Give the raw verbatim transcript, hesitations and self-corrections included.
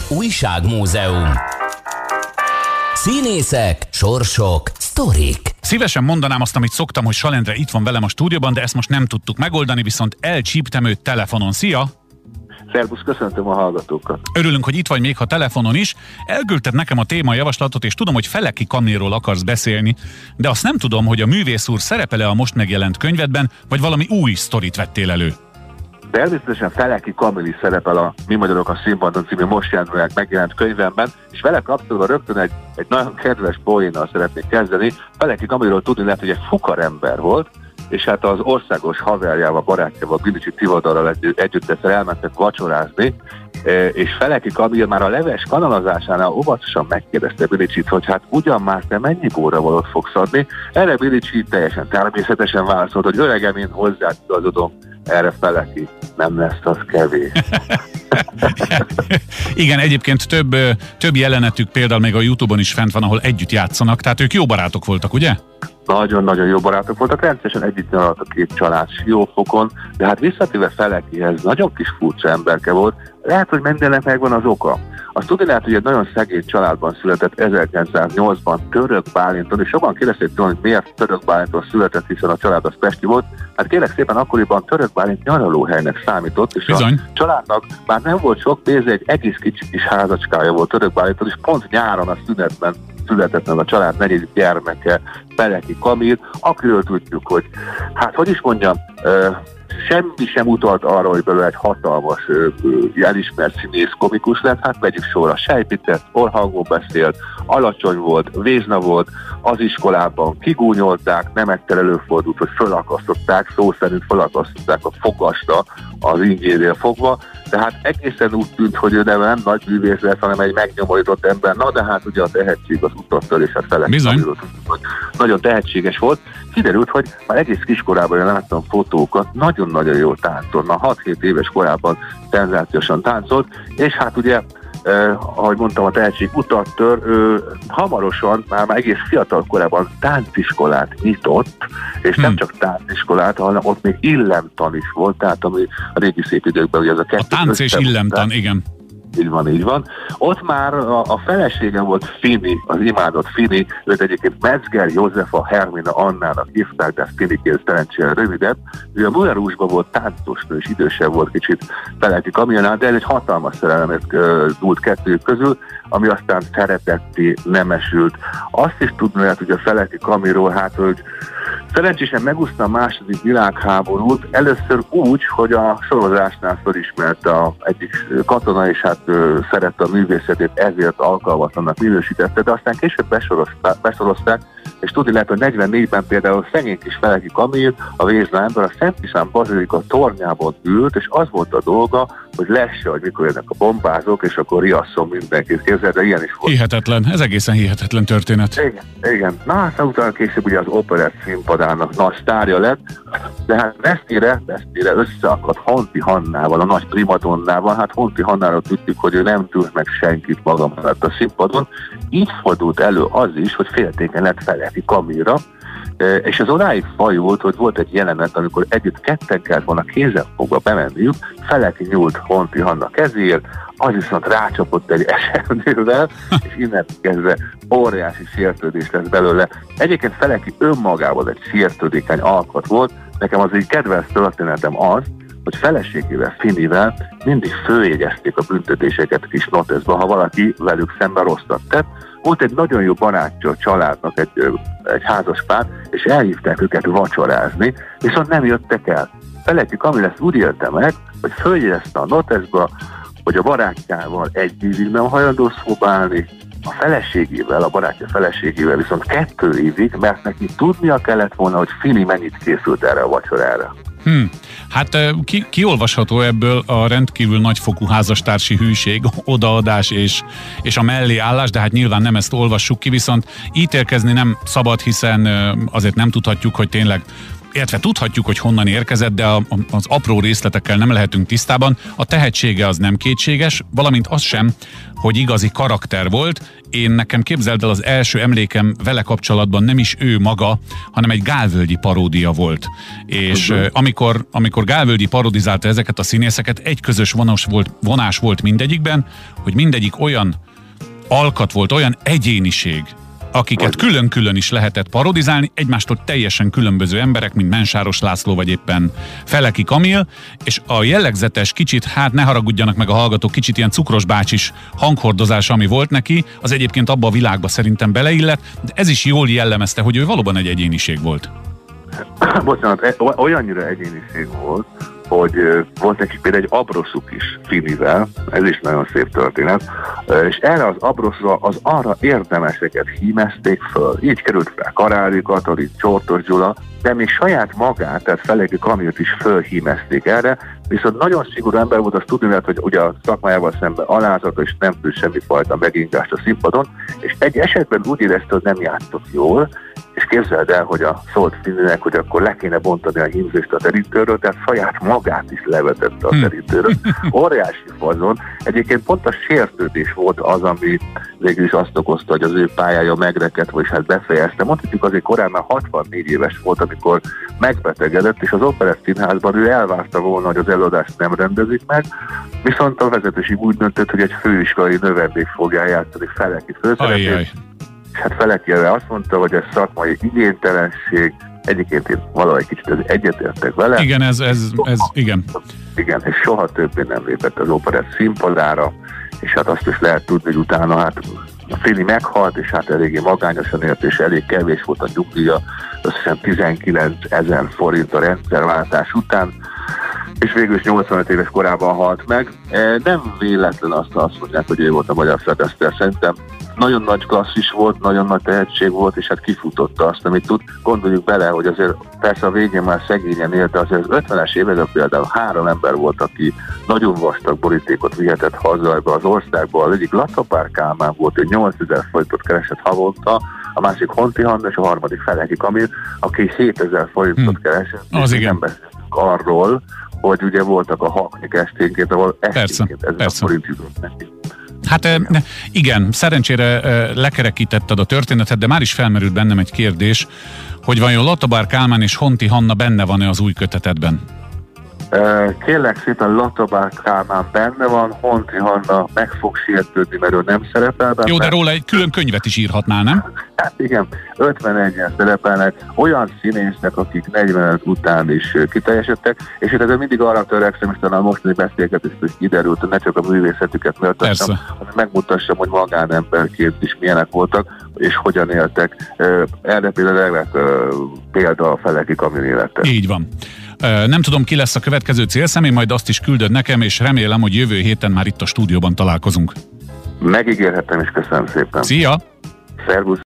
Újságmúzeum. Színészek, sorsok, sztorik. Szívesen mondanám azt, amit szoktam, hogy Salendre itt van velem a stúdióban, de ezt most nem tudtuk megoldani, viszont elcsíptem őt telefonon. Szia! Szervusz, köszöntöm a hallgatókat. Örülünk, hogy itt vagy még ha telefonon is. Elküldted nekem a témajavaslatot, és tudom, hogy Feleki Kamilról akarsz beszélni, de azt nem tudom, hogy a művész úr szerepel-e a most megjelent könyvedben, vagy valami új sztorit vettél elő. Természetesen Feleki Kamil is szerepel a Mi Magyarok a Színpadon című most jelenleg megjelent könyvemben, és vele kapcsolatban rögtön egy, egy nagyon kedves poénnal szeretnék kezdeni. Feleki Kamilról tudni lehet, hogy egy fukarember volt, és hát az országos haverjával, barátjával, Bilicsi Tivadarral egy, együtt egyszer elmentek vacsorázni, és Feleki Kamil már a leves kanalazásánál óvatosan megkérdezte Bilicsit, hogy hát ugyan már te mennyi bóravalót fogsz adni. Erre Bilicsi teljesen természetesen válaszolt, hogy öregem, én hozzád igazodom. Erre Feleki, nem lesz az kevés. Igen, egyébként több, több jelenetük például még a YouTube-on is fent van, ahol együtt játszanak, tehát ők jó barátok voltak, ugye? Nagyon-nagyon jó barátok voltak, rendszeresen együtt nyaralt a két család Siófokon, de hát visszatéve Felekihez nagyon kis furcsa emberke volt, lehet, hogy mindennek megvan az oka. Azt tudni lehet, hogy egy nagyon szegény családban született ezerkilencszáznyolcban Török Bálinton, és sokan kérdezték tőle, hogy miért Török Bálinton született, hiszen a család az pesti volt. Hát kérlek szépen, akkoriban Török Bálint nyaralóhelynek számított, és Bizony. A családnak már nem volt sok pénze, egy egész kicsi kis házacskája volt Török Bálinton, és pont nyáron a szünetben született meg a család negyedik gyermeke, Feleki Kamil, akiről tudjuk, hogy hát hogy is mondjam, uh, semmi sem utalt arra, hogy belőle egy hatalmas, uh, elismert színész komikus lett, hát vegyük sorra, sejpített, orhangon beszélt, alacsony volt, vézna volt, az iskolában kigúnyolták, nemekkel előfordult, hogy fölakasztották, szó szerint fölakasztották a fogasta az ingénél fogva, tehát egészen úgy tűnt, hogy ő nem, nem nagy művész lesz, hanem egy megnyomorított ember. Na de hát ugye a tehetség az utattól, és hát Feleki Kamilról tudjuk, hogy nagyon tehetséges volt. Kiderült, hogy már egész kiskorában én láttam fotókat, nagyon-nagyon jól táncol. Na hat-hét éves korában szenzációsan táncolt, és hát ugye Eh, ahogy mondtam, a tehetség utat tör, ő hamarosan, már, már egész fiatal korában tánciskolát nyitott, és hmm. nem csak tánciskolát, hanem ott még illemtan is volt, tehát ami a régi szép időkben ugye ez a kettő. A tánc és illemtan, igen. Így van, így van. Ott már a, a felesége volt Fini, az imádott Fini, őt egyébként Metzger Józefa Hermina Annának hívták, de Finiként szerencsére rövidebb. Ő a Moulin Rouge-ban volt táncosnő, és idősebb volt kicsit Feleki Kamilnál, de ez egy hatalmas szerelemet dúlt kettőjük közül, ami aztán szeretetté nemesült. Azt is tudni lehet, hogy a Feleki Kamilról, hát, hogy szerencsésen megúszta a második világháborút, először úgy, hogy a sorozásnál felismerte a egyik katona, és hát ö, szerette a művészetét, ezért alkalmatlannak minősítette, de aztán később besorozták, besorozták, és tudni lehet, hogy negyvennégyben például szegény kis Feleki Kamil, a vézna ember, a Szent István bazilika tornyában ült, és az volt a dolga, hogy lesse, hogy mikor jönnek a bombázók, és akkor riasszon mindenkit. Képzeld, de ilyen is volt. Hihetetlen, ez egészen hihetetlen történet. Igen, igen. Na, hát utána később ugye az operett színpadának nagy sztárja lett, de hát vesztére, vesztére összeakadt Honti Hannával, a nagy primadonnával. Hát Honti Hannáról tudjuk, hogy ő nem tűnt meg senkit maga mellett a színpadon. Így fordult elő az is, hogy féltékeny lett Feleki Kamilra, és ez odáig fajult, hogy volt egy jelenet, amikor együtt ketten kellett volna kézzel fogva bemenniük, Feleki nyúlt Honti Hanna kezéért, az viszont rácsapott egy esernyővel, és innen kezdve óriási sértődés lesz belőle. Egyébként Feleki önmagával egy sértődékeny alkat volt, nekem az egy kedvenc történetem az, hogy feleségével, Finivel mindig följegyezték a büntetéseket kis noteszba, ha valaki velük szemben rosszat tett. Volt egy nagyon jó barátja a családnak, egy, egy házas pár, és elhívták őket vacsorázni, viszont nem jöttek el. Feleki Kamil ezt úgy élte meg, hogy följegyezte a noteszba, hogy a barátjával egy évig nem hajlandó szobálni, a feleségével, a barátja feleségével viszont kettő évig, mert neki tudnia kellett volna, hogy Fini mennyit készült erre a vacsorára. Hmm. Hát ki, kiolvasható ebből a rendkívül nagyfokú házastársi hűség, odaadás és, és a mellé állás, de hát nyilván nem ezt olvassuk ki, viszont ítélkezni nem szabad, hiszen azért nem tudhatjuk, hogy tényleg illetve tudhatjuk, hogy honnan érkezett, de a, az apró részletekkel nem lehetünk tisztában. A tehetsége az nem kétséges, valamint az sem, hogy igazi karakter volt. Én nekem, képzeld el, az első emlékem vele kapcsolatban nem is ő maga, hanem egy Gálvölgyi paródia volt. És uh-huh. amikor, amikor Gálvölgyi parodizálta ezeket a színészeket, egy közös vonás volt, vonás volt mindegyikben, hogy mindegyik olyan alkat volt, olyan egyéniség, akiket külön-külön is lehetett parodizálni, egymástól teljesen különböző emberek, mint Mensáros László, vagy éppen Feleki Kamil, és a jellegzetes, kicsit, hát ne haragudjanak meg a hallgatók, kicsit ilyen cukros bácsis hanghordozása, ami volt neki, az egyébként abba a világba szerintem beleillett, de ez is jól jellemezte, hogy ő valóban egy egyéniség volt. Bocsánat, olyannyira egyéniség volt, hogy volt nekik például egy abroszuk is Finivel, ez is nagyon szép történet, és erre az abroszra az arra érdemeseket hímezték föl. Így került fel Karári Katalin, Csortos Gyula, de még saját magát, tehát Feleki Kamilt is fölhímezték erre, viszont nagyon szigorú ember volt, azt tudni lehet, hogy ugye a szakmájával szemben alázata, és nem tud semmifajta megingást a színpadon, és egy esetben úgy érezte, hogy nem játszott jól, és képzeld el, hogy a szólt Fininek, hogy akkor le kéne bontani a hímzést a terítőről, tehát saját magát is levetette a terítőről. Óriási fazon. Egyébként pont a sértődés volt az, ami végül is azt okozta, hogy az ő pályája megrekedt, vagyis hát befejezte. Mondhatjuk azért korán már hatvannégy éves volt, amikor megbetegedett, és az Operett Színházban ő elvárta volna, hogy az előadást nem rendezik meg, viszont a vezetőség úgy döntött, hogy egy főiskolai növendék fogja játszani Feleki főszerepét. Hát Feleki erre azt mondta, hogy ez szakmai igénytelenség, egyébként én valahogy kicsit egyetértek vele. Igen, ez, ez, ez igen. Igen, és soha többé nem lépett az Operett színpadára, és hát azt is lehet tudni, hogy utána hát a Fini meghalt, és hát eléggé magányosan élt, és elég kevés volt a nyugdíja, összesen tizenkilencezer forint a rendszerváltás után, és végül is nyolcvanöt éves korában halt meg. Nem véletlen azt azt mondják, hogy ő volt a magyar Fred Astaire, szerintem nagyon nagy klasszis volt, nagyon nagy tehetség volt, és hát kifutotta azt, amit tud. Gondoljuk bele, hogy azért persze a végén már szegényen élte, azért az ötvenes években például három ember volt, aki nagyon vastag borítékot vihetett haza ebbe az országba. Az egyik Latabár Kálmán volt, hogy nyolcezer forintot keresett havonta, a másik Honti Hanna, és a harmadik Feleki Kamil, aki hétezer forintot hmm. keresett. Az igen. Nem beszélünk arról, hogy ugye voltak a Haknik esténként, ahol esténként ezer forint jutott neki. Hát igen, szerencsére lekerekítetted a történetet, de már is felmerült bennem egy kérdés, hogy vajon Latabár Kálmán és Honti Hanna benne van-e az új kötetedben? Kérlek szépen, Latabár Kálmán benne van, Honti Hanna meg fog sértődni, mert ő nem szerepel benne. Jó, de róla egy külön könyvet is írhatnál, nem? Hát igen, ötvenegyen szerepelnek olyan színésznek, akik negyvenöt után is kiteljesedtek, és itt ezzel mindig arra törekszem, és talán a mostani beszélgetés is kiderült, hogy ne csak a művészetüket méltassam, hanem megmutassam, hogy magánemberként is milyenek voltak, és hogyan éltek. Erre például lett példa a Feleki Kamil élete. Így van. Nem tudom, ki lesz a következő célszemély, majd azt is küldöd nekem, és remélem, hogy jövő héten már itt a stúdióban találkozunk. Megígérhetem, és köszönöm szépen. Szia! Szervusz!